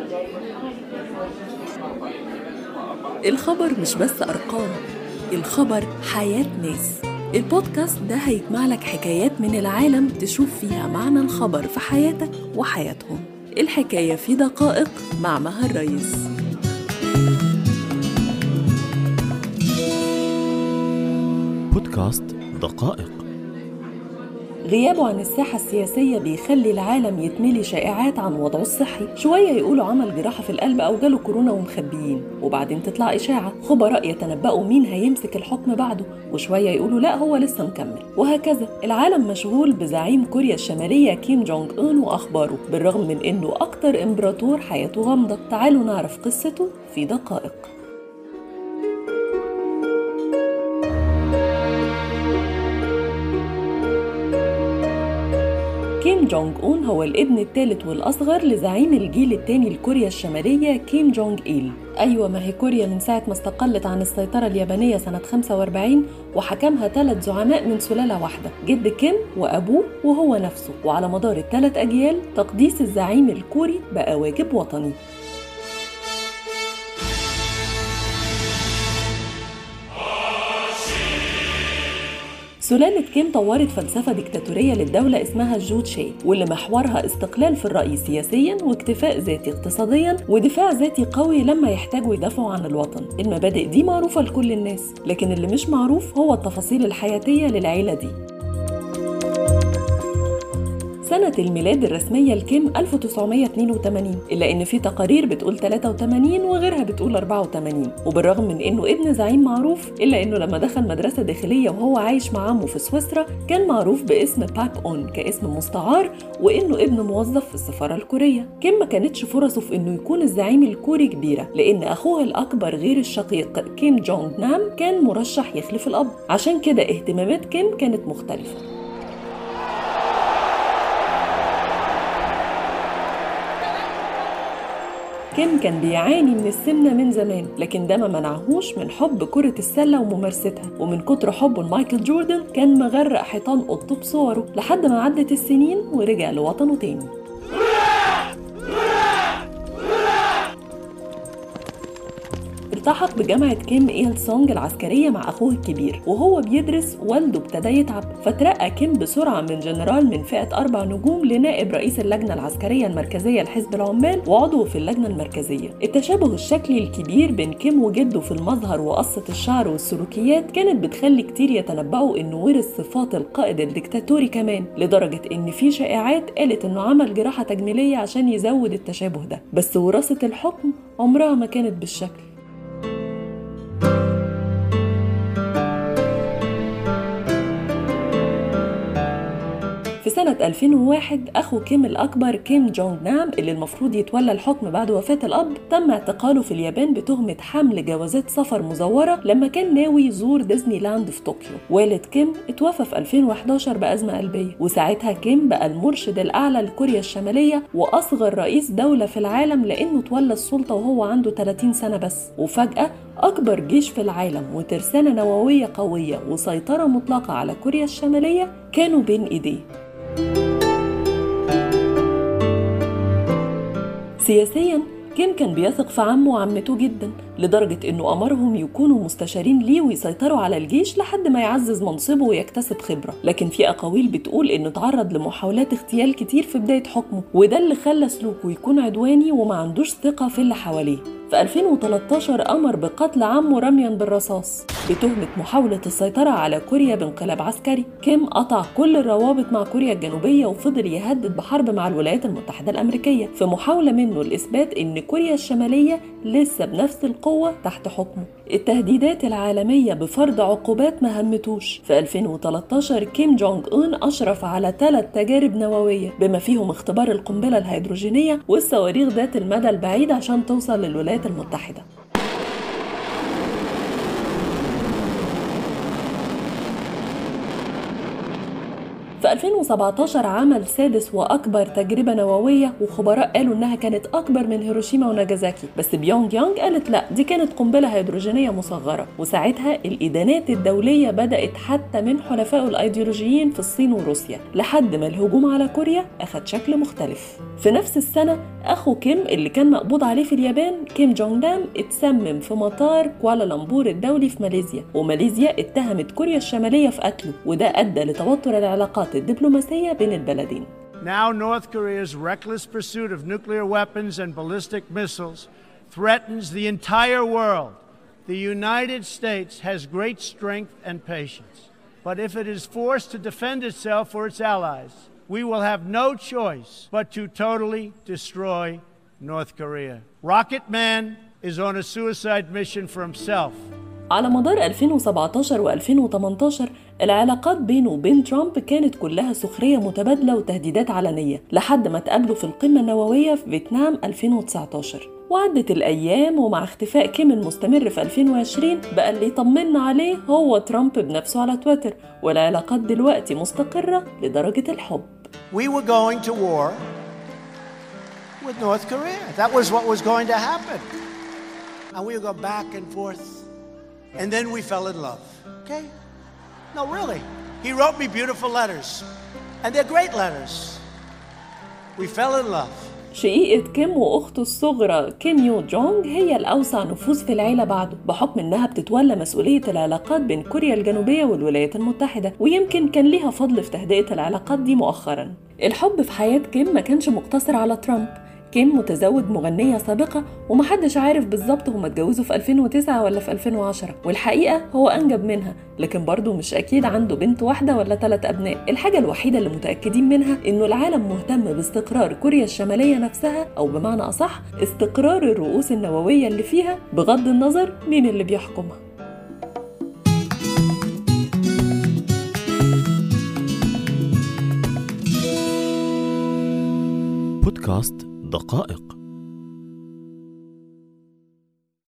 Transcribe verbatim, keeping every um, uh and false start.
الخبر مش بس أرقام، الخبر حياة ناس. البودكاست ده هيجمع لك حكايات من العالم تشوف فيها معنى الخبر في حياتك وحياتهم. الحكاية في دقائق مع مها الرئيس. بودكاست دقائق. غيابه عن الساحة السياسية بيخلي العالم يتملي شائعات عن وضعه الصحي. شوية يقولوا عمل جراحة في القلب أو جاله كورونا ومخبيين، وبعدين تطلع إشاعة. خبراء يتنبأوا مين هيمسك الحكم بعده، وشوية يقولوا لا هو لسه مكمل. وهكذا العالم مشغول بزعيم كوريا الشمالية كيم جونج أون وأخباره، بالرغم من إنه أكتر إمبراطور حياته غامضة. تعالوا نعرف قصته في دقائق. كيم جونج أون هو الابن الثالث والأصغر لزعيم الجيل الثاني لكوريا الشمالية كيم جونج إيل. أيوة، ما هي كوريا من ساعة ما استقلت عن السيطرة اليابانية سنة خمسة وأربعين وحكمها ثلاث زعماء من سلالة واحدة، جد كيم وأبوه وهو نفسه. وعلى مدار الثلاث أجيال تقديس الزعيم الكوري بقى واجب وطني. سلالة كيم طورت فلسفة ديكتاتورية للدولة اسمها جوتشي، واللي محورها استقلال في الرأي سياسياً واكتفاء ذاتي اقتصادياً ودفاع ذاتي قوي لما يحتاجوا يدافعوا عن الوطن. المبادئ دي معروفة لكل الناس، لكن اللي مش معروف هو التفاصيل الحياتية للعيلة دي. سنة الميلاد الرسمية لكيم ألف وتسعمية واثنين وثمانين، إلا إن في تقارير بتقول ثلاثة وثمانين وغيرها بتقول أربعة وثمانين. وبالرغم من إنه ابن زعيم معروف، إلا إنه لما دخل مدرسة داخلية وهو عايش مع عمه في سويسرا كان معروف باسم باك أون كاسم مستعار، وإنه ابن موظف في السفارة الكورية. كيم ما كانتش فرصه في إنه يكون الزعيم الكوري كبيرة، لأن أخوه الأكبر غير الشقيق كيم جونج نام كان مرشح يخلف الأب. عشان كده اهتمامات كيم كانت مختلفة. كيم كان بيعاني من السمنة من زمان، لكن ده ما منعهوش من حب كرة السلة وممارستها. ومن كتر حبه لمايكل جوردن كان مغرق حيطان أوضته بصوره لحد ما عدت السنين ورجع لوطنه تاني. التحق بجامعة كيم إيل سونج العسكرية مع أخوه الكبير، وهو بيدرس والده ابتدى يتعب، فترقى كيم بسرعة من جنرال من فئة أربع نجوم لنائب رئيس اللجنة العسكرية المركزية لحزب العمال وعضو في اللجنة المركزية. التشابه الشكلي الكبير بين كيم وجده في المظهر وقصة الشعر والسلوكيات كانت بتخلي كتير يتنبأوا إنه ورث صفات القائد الدكتاتوري كمان، لدرجة إن في شائعات قالت إنه عمل جراحة تجميلية عشان يزود التشابه ده. بس وراثة الحكم عمرها ما كانت بالشكل. في سنة ألفين وواحد أخو كيم الأكبر كيم جونج نام اللي المفروض يتولى الحكم بعد وفاة الأب تم اعتقاله في اليابان بتهمة حمل جوازات سفر مزورة لما كان ناوي يزور ديزني لاند في طوكيو. والد كيم اتوفى في ألفين وإحداشر بأزمة قلبية، وساعتها كيم بقى المرشد الأعلى لكوريا الشمالية وأصغر رئيس دولة في العالم، لأنه تولى السلطة وهو عنده ثلاثين سنة بس. وفجأة أكبر جيش في العالم وترسانة نووية قوية وسيطرة مطلقة على كوريا الشمالية كانوا بين إيديه. سياسياً كيم كان بيثق في عمه وعمته جداً، لدرجة إنه أمرهم يكونوا مستشارين ليه ويسيطروا على الجيش لحد ما يعزز منصبه ويكتسب خبرة. لكن في أقاويل بتقول إنه تعرض لمحاولات اغتيال كتير في بداية حكمه، وده اللي خلى سلوكه يكون عدواني وما عندوش ثقة في اللي حواليه. في ألفين وثلاثة عشر أمر بقتل عمه رمياً بالرصاص بتهمة محاولة السيطرة على كوريا بانقلاب عسكري. كيم قطع كل الروابط مع كوريا الجنوبية وفضل يهدد بحرب مع الولايات المتحدة الأمريكية في محاولة منه لإثبات إن كوريا الشمالية لسه بنفس القوة تحت حكمه. التهديدات العالمية بفرض عقوبات ما همتوش. في ألفين وثلاثة عشر كيم جونج أون أشرف على ثلاث تجارب نووية بما فيهم اختبار القنبلة الهيدروجينية والصواريخ ذات المدى البعيد عشان توصل للولايات المتحدة. في في ألفين وسبعتاشر عمل سادس وأكبر تجربة نووية، وخبراء قالوا إنها كانت أكبر من هيروشيما وناجازاكي، بس بيونج يانج قالت لا، دي كانت قنبلة هيدروجينية مصغرة. وساعتها الإدانات الدولية بدأت حتى من حلفائه الأيديولوجيين في الصين وروسيا، لحد ما الهجوم على كوريا أخد شكل مختلف. في نفس السنة أخو كيم اللي كان مقبوض عليه في اليابان، كيم جونج نام، اتسمم في مطار كوالالمبور الدولي في ماليزيا، وماليزيا اتهمت كوريا الشمالية في قتله، وده أدى لتوتر العلاقات الدبلوماسية بين البلدين. Now North Korea's reckless pursuit of nuclear weapons and ballistic missiles threatens the entire world. The United States has great strength and patience, but if it is forced to defend itself or its allies, we will have no choice but to totally destroy North Korea. Rocket Man is on a suicide mission for himself. على مدار ألفين وسبعتاشر وألفين وتمنتاشر العلاقات بينه وبين ترامب كانت كلها سخرية متبادلة وتهديدات علنية، لحد ما تقابلوا في القمة النووية في فيتنام ألفين وتسعتاشر. وعدت الأيام، ومع اختفاء كيم المستمر في ألفين وعشرين بقى اللي يطمنا عليه هو ترامب بنفسه على تويتر، والعلاقات دلوقتي مستقرة لدرجة الحب. We were going to war with North Korea. That was what was going to happen. And we would go back and forth. And then we fell in love. Okay? No, really. He wrote me beautiful letters. And they're great letters. We fell in love. شقيقة كيم وأخته الصغرى كيم يو جونج هي الأوسع نفوذ في العيلة بعده، بحكم إنها بتتولى مسؤولية العلاقات بين كوريا الجنوبية والولايات المتحدة، ويمكن كان ليها فضل في تهدئة العلاقات دي مؤخراً. الحب في حياة كيم ما كانش مقتصر على ترامب. كيم متزوج مغنية سابقة، ومحدش عارف بالظبط هما اتجوزوا في ألفين وتسعة ولا في ألفين وعشرة، والحقيقة هو أنجب منها، لكن برضو مش أكيد عنده بنت واحدة ولا ثلاث أبناء. الحاجة الوحيدة اللي متأكدين منها إنه العالم مهتم باستقرار كوريا الشمالية نفسها، أو بمعنى أصح استقرار الرؤوس النووية اللي فيها، بغض النظر مين اللي بيحكمها. بودكاست دقائق.